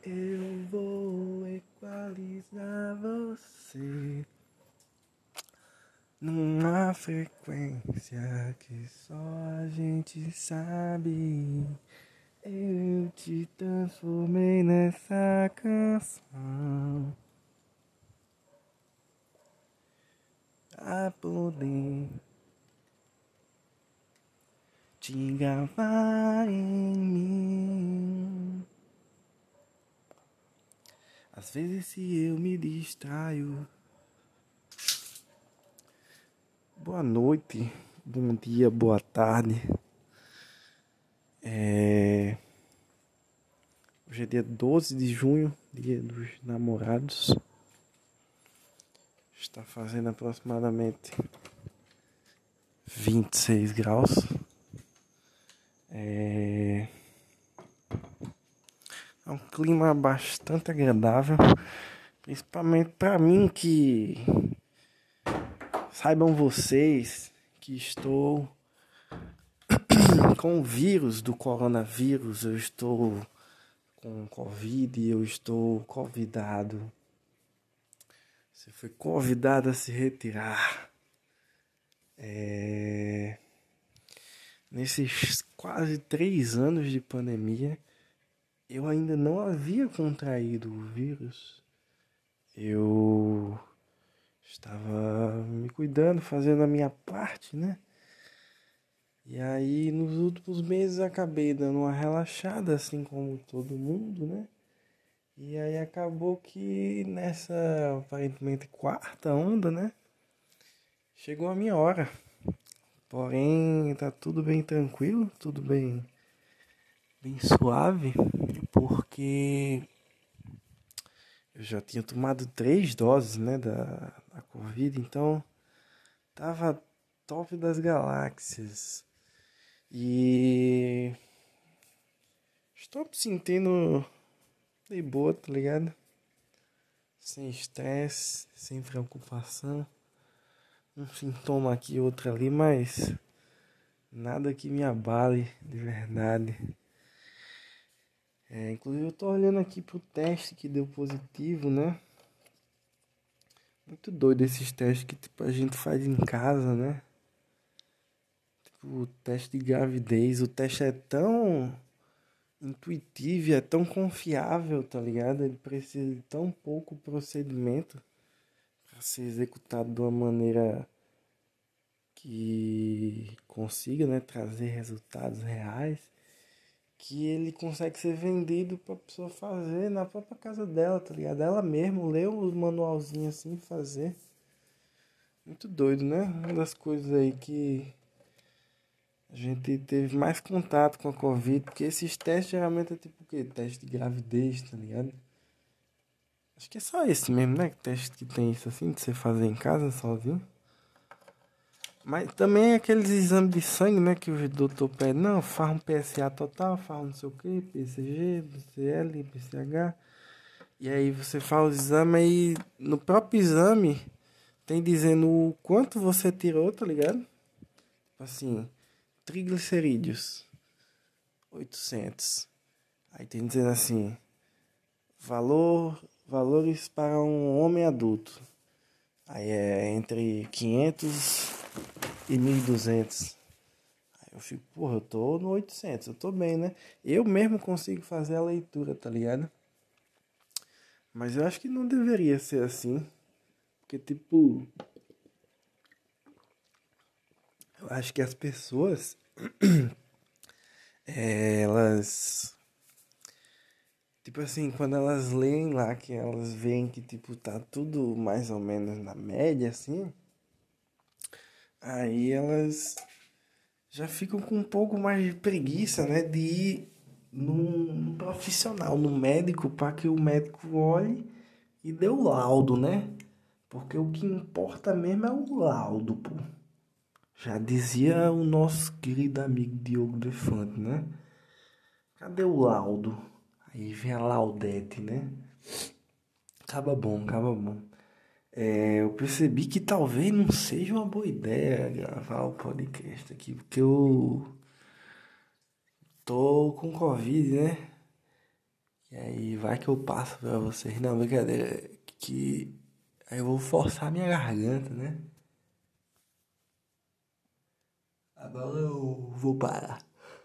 Eu vou equalizar você numa frequência que só a gente sabe. Eu te transformei nessa canção a poder te gravar em mim. Às vezes se eu me distraio. Boa noite, bom dia, boa tarde. Hoje é dia 12 de junho, dia dos namorados. Está fazendo aproximadamente 26 graus. É um clima bastante agradável, principalmente para mim, que saibam vocês que estou com o vírus do coronavírus, eu estou com Covid e eu estou convidado. Você foi convidado a se retirar. Nesses quase 3 anos de pandemia, eu ainda não havia contraído o vírus. Eu estava me cuidando, fazendo a minha parte, né? E aí, nos últimos meses, acabei dando uma relaxada, assim como todo mundo, né? E aí acabou que nessa aparentemente quarta onda, né? Chegou a minha hora. Porém, tá tudo bem tranquilo, tudo bem suave, porque eu já tinha tomado 3 doses, né, da Covid, então tava top das galáxias. E estou me sentindo de boa, tá ligado? Sem estresse, sem preocupação. Um sintoma aqui, outro ali, mas nada que me abale de verdade. Inclusive eu tô olhando aqui pro teste que deu positivo, né? Muito doido esses testes que tipo, a gente faz em casa, né? Tipo, o teste de gravidez, o teste é tão intuitivo e é tão confiável, tá ligado? Ele precisa de tão pouco procedimento para ser executado de uma maneira que consiga, né, trazer resultados reais, que ele consegue ser vendido pra pessoa fazer na própria casa dela, tá ligado? Ela mesma lê os manualzinhos assim, fazer. Muito doido, né? Uma das coisas aí que a gente teve mais contato com a Covid, porque esses testes geralmente é tipo o quê? Teste de gravidez, tá ligado? Acho que é só esse mesmo, né? Teste que tem isso assim, de você fazer em casa sozinho. Mas também aqueles exames de sangue, né? Que o doutor pede, não, faz um PSA total, faz não sei o que, PCG, PCL, PCH. E aí você faz o exame e no próprio exame tem dizendo o quanto você tirou, tá ligado? Tipo assim, triglicerídeos, 800. Aí tem dizendo assim, valores para um homem adulto. Aí é entre 500 e 1.200. Aí eu fico, porra, eu tô no 800, eu tô bem, né? Eu mesmo consigo fazer a leitura, tá ligado? Mas eu acho que não deveria ser assim. Porque, tipo, eu acho que as pessoas, elas, tipo assim, quando elas leem lá, que elas veem que, tipo, tá tudo mais ou menos na média, assim, aí elas já ficam com um pouco mais de preguiça, né, de ir num profissional, num médico, para que o médico olhe e dê o laudo, né? Porque o que importa mesmo é o laudo, pô. Já dizia o nosso querido amigo Diogo Defante, né? Cadê o laudo? Aí vem a Laudete, né? Acaba bom, acaba bom. Eu percebi que talvez não seja uma boa ideia gravar o podcast aqui, porque eu tô com Covid, né? E aí vai que eu passo pra vocês. Não, brincadeira. Que aí eu vou forçar minha garganta, né? Agora eu vou parar.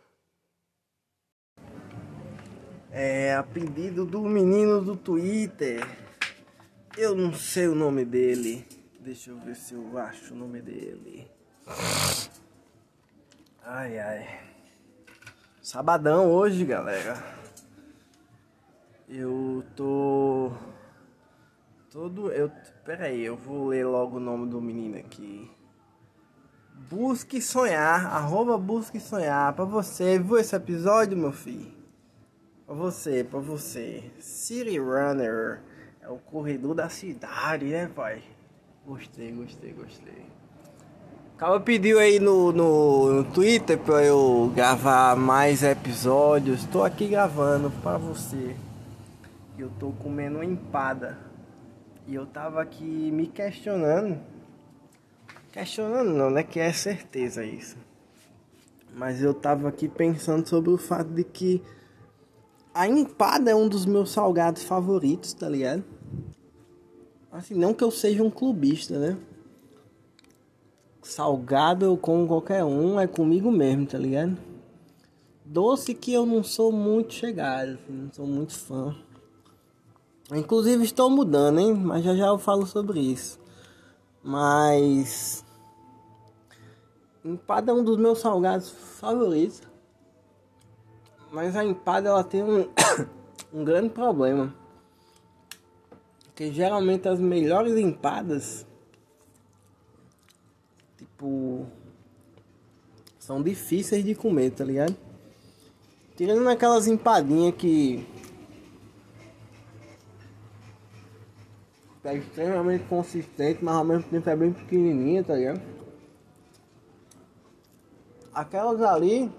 É a pedido do menino do Twitter. Eu não sei o nome dele. Deixa eu ver se eu acho o nome dele. Ai, ai. Sabadão hoje, galera. Eu tô... Pera aí, eu vou ler logo o nome do menino aqui. Busque sonhar, @busque sonhar. Pra você, viu esse episódio, meu filho? Pra você. City Runner. É o corredor da cidade, né, pai? Gostei. O cara pediu aí no Twitter pra eu gravar mais episódios. Tô aqui gravando pra você. Eu tô comendo uma empada. E eu tava aqui me questionando. Questionando não, né? Que é certeza isso. Mas eu tava aqui pensando sobre o fato de que a empada é um dos meus salgados favoritos, tá ligado? Assim, não que eu seja um clubista, né? Salgado eu como qualquer um, é comigo mesmo, tá ligado? Doce que eu não sou muito chegado, assim, não sou muito fã. Inclusive estou mudando, hein? Mas já eu falo sobre isso. Mas empada é um dos meus salgados favoritos. Mas a empada ela tem um grande problema. Porque geralmente as melhores empadas, tipo, são difíceis de comer, tá ligado? Tirando naquelas empadinhas que é extremamente consistente, mas ao mesmo tempo é bem pequenininha, tá ligado? Aquelas ali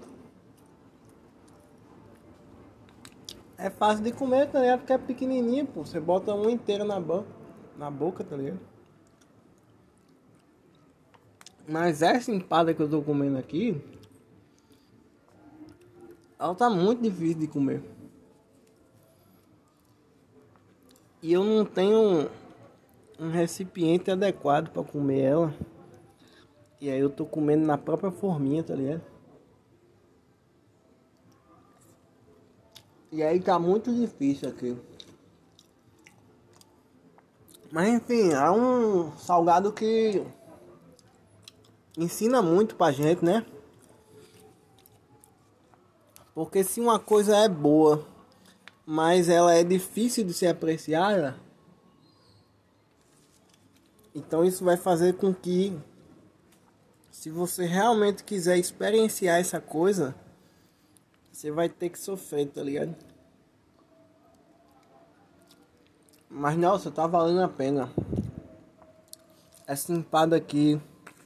é fácil de comer, tá ligado? Porque é pequenininha, pô. Você bota uma inteira na boca, tá ligado? Mas essa empada que eu tô comendo aqui, ela tá muito difícil de comer. E eu não tenho um recipiente adequado pra comer ela. E aí eu tô comendo na própria forminha, tá ligado? E aí tá muito difícil aqui. Mas enfim, é um salgado que ensina muito pra gente, né? Porque se uma coisa é boa, mas ela é difícil de ser apreciada, então isso vai fazer com que, se você realmente quiser experienciar essa coisa, você vai ter que sofrer, tá ligado? Mas nossa, tá valendo a pena. Essa empada aqui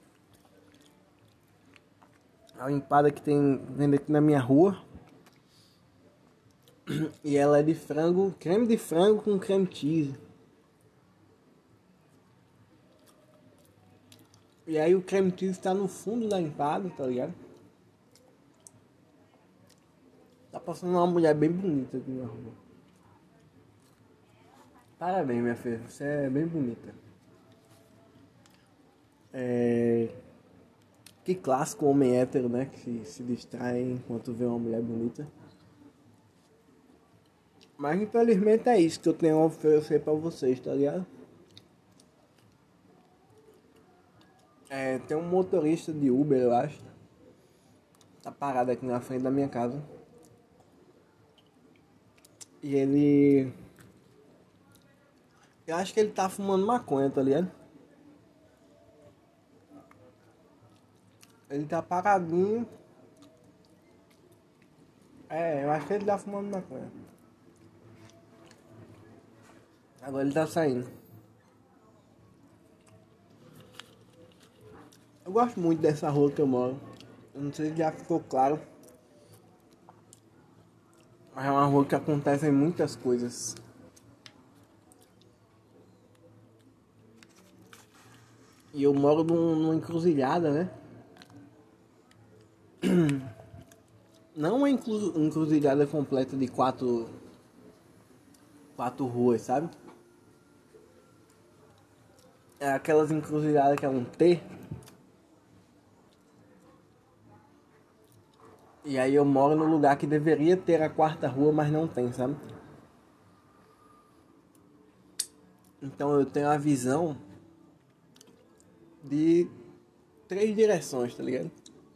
é uma empada que tem vendo aqui na minha rua. E ela é de frango, creme de frango com creme cheese. E aí o creme cheese tá no fundo da empada, tá ligado? Tá passando uma mulher bem bonita aqui na rua. Parabéns, minha filha, você é bem bonita. Que clássico homem hétero, né? Que se distrai enquanto vê uma mulher bonita. Mas infelizmente é isso que eu tenho a oferecer pra vocês, tá ligado? Tem um motorista de Uber, eu acho. Tá parado aqui na frente da minha casa. E ele... Eu acho que ele tá fumando maconha, tá ligado? Ele tá paradinho. Eu acho que ele tá fumando maconha. Agora ele tá saindo. Eu gosto muito dessa rua que eu moro. Eu não sei se já ficou claro. Mas é uma rua que acontecem muitas coisas. E eu moro numa encruzilhada, né? Não uma encruzilhada completa de quatro 4 ruas, sabe? É aquelas encruzilhadas que é um T. E aí eu moro no lugar que deveria ter a 4ª rua, mas não tem, sabe? Então eu tenho a visão de 3 direções, tá ligado?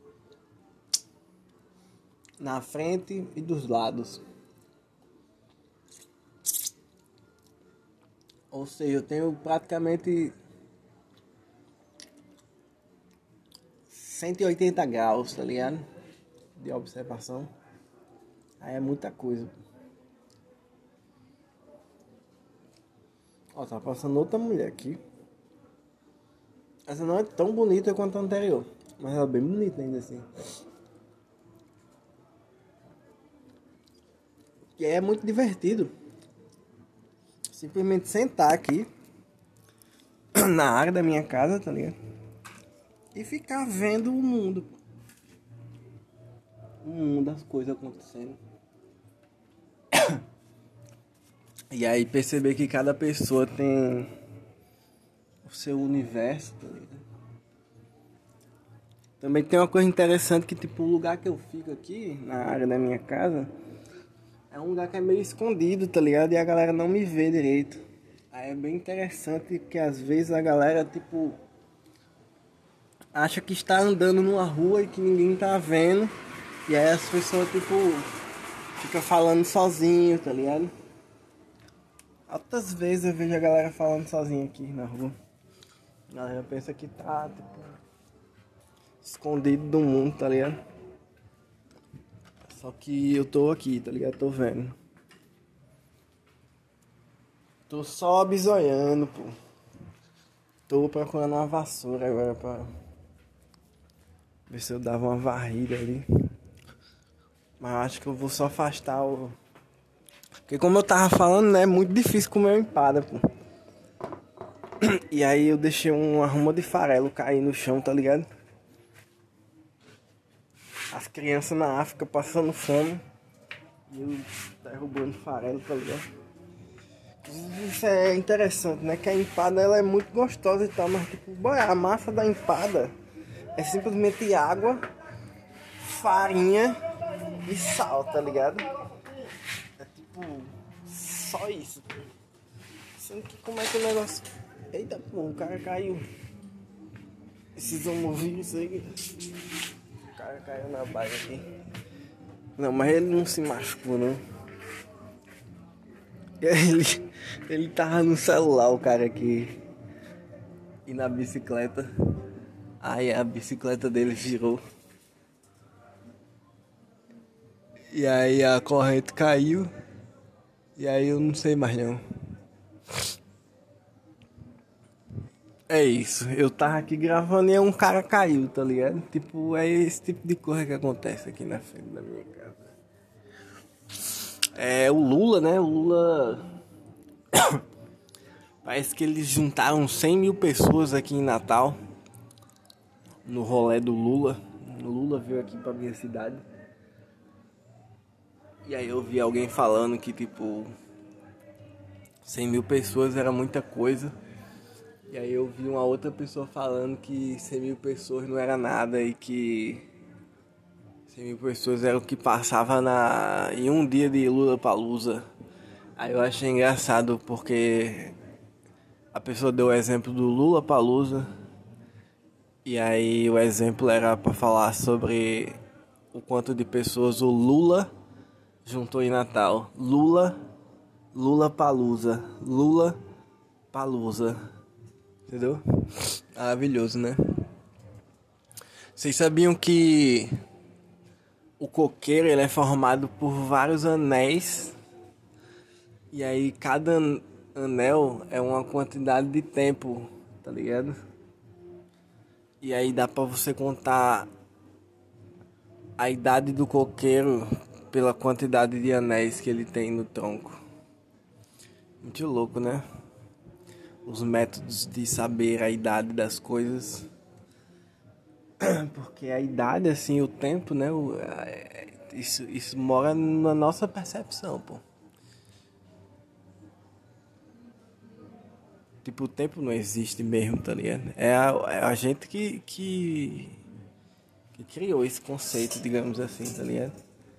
Na frente e dos lados. Ou seja, eu tenho praticamente 180 graus, tá ligado? De observação. Aí é muita coisa. Ó, tá passando outra mulher aqui. Essa não é tão bonita quanto a anterior, mas ela é bem bonita ainda assim. E é muito divertido simplesmente sentar aqui na área da minha casa, tá ligado? E ficar vendo o mundo. O mundo, as coisas acontecendo. E aí perceber que cada pessoa tem o seu universo, tá ligado? Também tem uma coisa interessante que, tipo, o lugar que eu fico aqui, na área da minha casa, é um lugar que é meio escondido, tá ligado? E a galera não me vê direito. Aí é bem interessante que às vezes a galera, tipo, acha que está andando numa rua e que ninguém tá vendo. E aí as pessoas, tipo, ficam falando sozinho, tá ligado? Altas vezes eu vejo a galera falando sozinha aqui na rua. A galera pensa que tá, tipo, escondido do mundo, tá ligado? Só que eu tô aqui, tá ligado? Tô vendo. Tô só bisoiando, pô. Tô procurando uma vassoura agora pra ver se eu dava uma varrida ali. Mas acho que eu vou só afastar o... Porque como eu tava falando, né? É muito difícil comer uma empada, pô. E aí eu deixei uma ruma de farelo cair no chão, tá ligado? As crianças na África passando fome. E eu derrubando farelo, tá ligado? Isso é interessante, né? Que a empada ela é muito gostosa e tal, mas tipo, boy, a massa da empada é simplesmente água, farinha e sal, tá ligado? É tipo, só isso. Sendo que como é que o negócio... Eita, pô, o cara caiu. Esses homovírus aí. O cara caiu na baia aqui. Não, mas ele não se machucou, não. Ele tava no celular, o cara aqui. E na bicicleta. Aí a bicicleta dele girou. E aí a corrente caiu. E aí eu não sei mais não. É isso. Eu tava aqui gravando e um cara caiu, tá ligado? Tipo, é esse tipo de coisa que acontece aqui na frente da minha casa. É o Lula, né? O Lula... Parece que eles juntaram 100 mil pessoas aqui em Natal. No rolê do Lula. O Lula veio aqui pra minha cidade. E aí eu vi alguém falando que, tipo, 100 mil pessoas era muita coisa. E aí eu vi uma outra pessoa falando que 100 mil pessoas não era nada e que 100 mil pessoas era o que passava em um dia de Lollapalooza. Aí eu achei engraçado porque a pessoa deu o exemplo do Lollapalooza. E aí o exemplo era para falar sobre o quanto de pessoas o Lula juntou em Natal. Lollapalooza. Lollapalooza. Entendeu? Maravilhoso, né? Vocês sabiam que o coqueiro ele é formado por vários anéis? E aí cada anel é uma quantidade de tempo, tá ligado? E aí dá pra você contar a idade do coqueiro pela quantidade de anéis que ele tem no tronco. Muito louco, né? Os métodos de saber a idade das coisas. Porque a idade, assim, o tempo, né? Isso mora na nossa percepção, pô. Tipo, o tempo não existe mesmo, tá ligado? É a gente que criou esse conceito, digamos assim, tá ligado?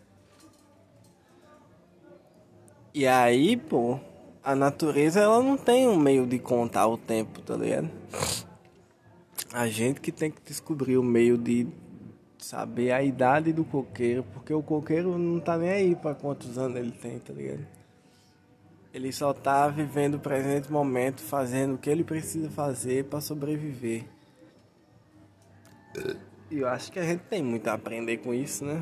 E aí, pô, a natureza ela não tem um meio de contar o tempo, tá ligado? A gente que tem que descobrir o meio de saber a idade do coqueiro, porque o coqueiro não tá nem aí pra quantos anos ele tem, tá ligado? Ele só tá vivendo o presente momento, fazendo o que ele precisa fazer pra sobreviver. E eu acho que a gente tem muito a aprender com isso, né?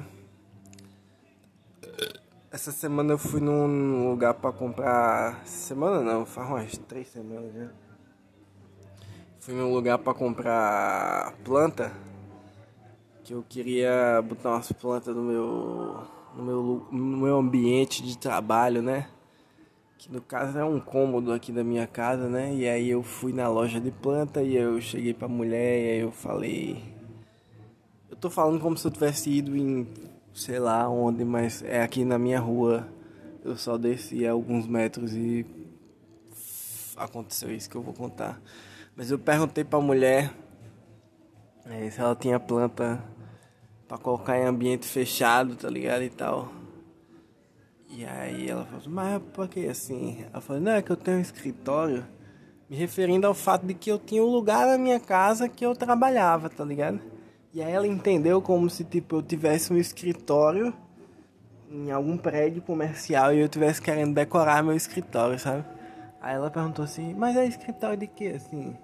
Essa semana eu fui num lugar pra comprar. Semana não, faz umas 3 semanas já. Fui num lugar pra comprar planta. Que eu queria botar umas plantas no meu ambiente de trabalho, né? Que no caso é um cômodo aqui da minha casa, né? E aí eu fui na loja de planta e eu cheguei pra mulher e aí eu falei. Eu tô falando como se eu tivesse ido em sei lá onde, mas é aqui na minha rua. Eu só desci alguns metros e aconteceu isso que eu vou contar. Mas eu perguntei pra mulher se ela tinha planta pra colocar em ambiente fechado, tá ligado e tal. E aí ela falou, mas por que assim? Ela falou, não, é que eu tenho um escritório, me referindo ao fato de que eu tinha um lugar na minha casa que eu trabalhava, tá ligado? E aí ela entendeu como se tipo eu tivesse um escritório em algum prédio comercial e eu tivesse querendo decorar meu escritório, sabe? Aí ela perguntou assim, mas é escritório de quê, assim?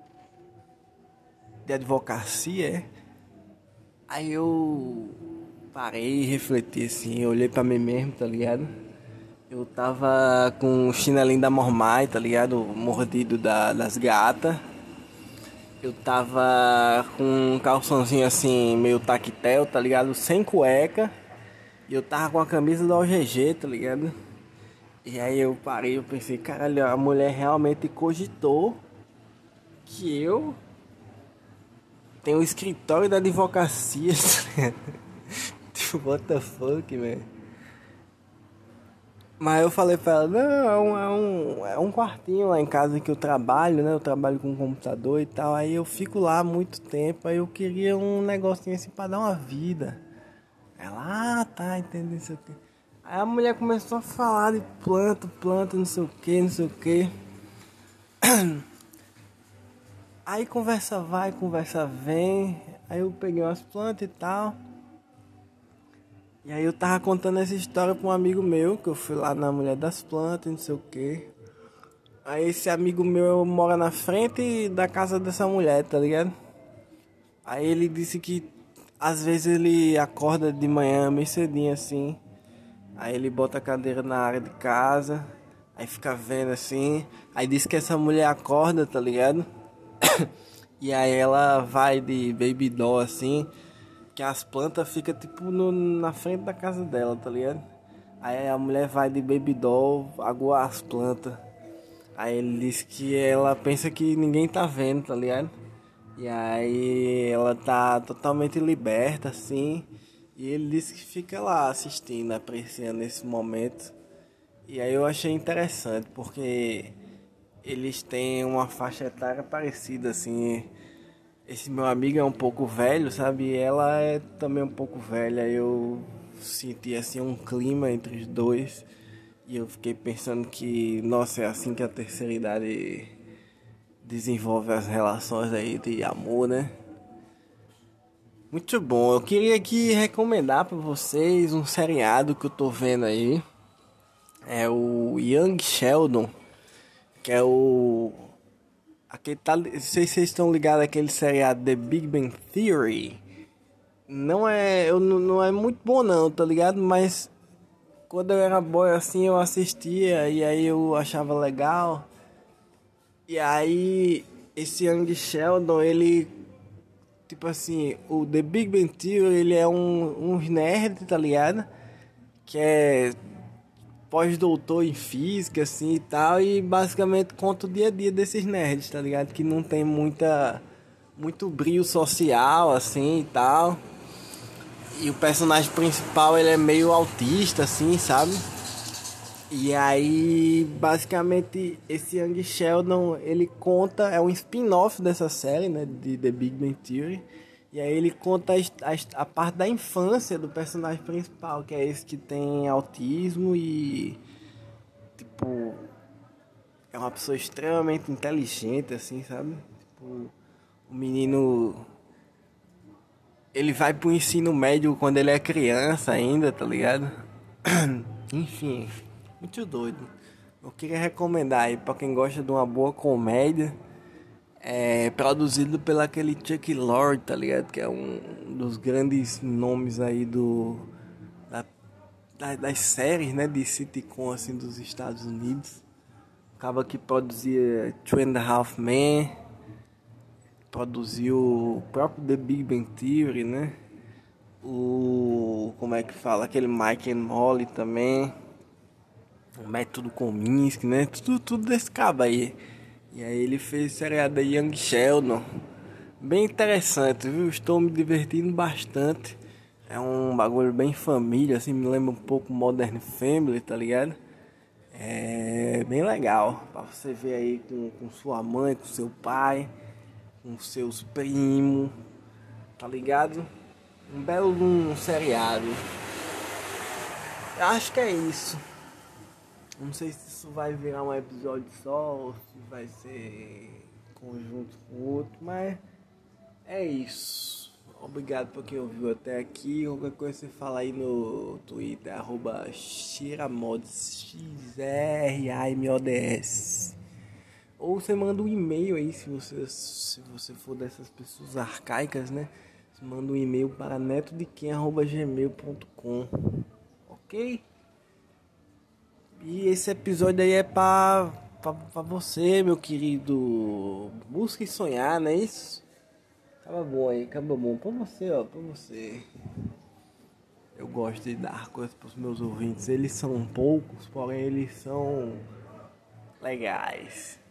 De advocacia, é? Aí eu parei e refleti assim, olhei pra mim mesmo, tá ligado? Eu tava com o chinelinho da Mormai, tá ligado? Mordido das gatas. Eu tava com um calçãozinho assim, meio tactel, tá ligado? Sem cueca. E eu tava com a camisa da OGG, tá ligado? E aí eu parei, eu pensei, caralho, a mulher realmente cogitou que eu tenho um escritório da advocacia, tá ligado? Tipo, what the fuck, velho? Mas eu falei pra ela, não, é um quartinho lá em casa que eu trabalho, né? Eu trabalho com computador e tal. Aí eu fico lá há muito tempo. Aí eu queria um negocinho assim pra dar uma vida. Ela, tá, entendeu isso aqui. Aí a mulher começou a falar de planta, não sei o que, não sei o que. Aí conversa vai, conversa vem. Aí eu peguei umas plantas e tal. E aí eu tava contando essa história pra um amigo meu, que eu fui lá na Mulher das Plantas, não sei o que. Aí esse amigo meu mora na frente da casa dessa mulher, tá ligado? Aí ele disse que às vezes ele acorda de manhã meio cedinho assim. Aí ele bota a cadeira na área de casa, aí fica vendo assim. Aí disse que essa mulher acorda, tá ligado? E aí ela vai de baby doll assim. Que as plantas ficam tipo na frente da casa dela, tá ligado? Aí a mulher vai de baby doll aguar as plantas. Aí ele diz que ela pensa que ninguém tá vendo, tá ligado? E aí ela tá totalmente liberta, assim. E ele disse que fica lá assistindo, apreciando esse momento. E aí eu achei interessante, porque eles têm uma faixa etária parecida, assim. Esse meu amigo é um pouco velho, sabe? E ela é também um pouco velha. Eu senti assim um clima entre os dois. E eu fiquei pensando que, nossa, é assim que a terceira idade desenvolve as relações aí de amor, né? Muito bom. Eu queria aqui recomendar pra vocês um seriado que eu tô vendo aí. É o Young Sheldon, que é o aquele tá, não sei se vocês estão ligados àquele seriado The Big Bang Theory. Não é, não é muito bom não, tá ligado? Mas quando eu era boy assim eu assistia e aí eu achava legal. E aí esse Young Sheldon, ele tipo assim, o The Big Bang Theory, ele é um nerd, tá ligado? Que é pós-doutor em física, assim, e tal, e basicamente conta o dia a dia desses nerds, tá ligado? Que não tem muito brilho social, assim, e tal. E o personagem principal, ele é meio autista, assim, sabe? E aí, basicamente, esse Young Sheldon, ele conta, é um spin-off dessa série, né, de The Big Bang Theory. E aí ele conta a parte da infância do personagem principal, que é esse que tem autismo e, tipo, é uma pessoa extremamente inteligente, assim, sabe? Tipo, o menino, ele vai pro ensino médio quando ele é criança ainda, tá ligado? Enfim, muito doido. Eu queria recomendar aí pra quem gosta de uma boa comédia. É produzido pelo aquele Chuck Lorre, tá ligado? Que é um dos grandes nomes aí das séries, né? De sitcom assim dos Estados Unidos. Acaba que produzia Two and a Half Men. Produziu o próprio The Big Bang Theory, né? Como é que fala? Aquele Mike and Molly também. O Método Kominsky, né? Tudo desse cabo aí. E aí ele fez seriado Young Sheldon. Bem interessante, viu? Estou me divertindo bastante. É um bagulho bem família, assim, me lembra um pouco Modern Family, tá ligado? É bem legal pra você ver aí com sua mãe, com seu pai, com seus primos, tá ligado? Um belo seriado. Eu acho que é isso. Não sei se isso vai virar um episódio só ou se vai ser conjunto com outro, mas é isso. Obrigado por quem ouviu até aqui. Qualquer coisa você fala aí no Twitter, @xiramods, XRAMODS. Ou você manda um e-mail aí, se você for dessas pessoas arcaicas, né? Você manda um e-mail para netodequem@gmail.com. Ok? E esse episódio aí é pra você, meu querido. Busque sonhar, não é isso? Tava bom aí, acabou bom. Pra você, ó, pra você. Eu gosto de dar coisas pros meus ouvintes. Eles são poucos, porém eles são legais.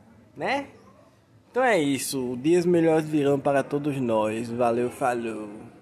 Né? Então é isso. Dias melhores virão para todos nós. Valeu, falou.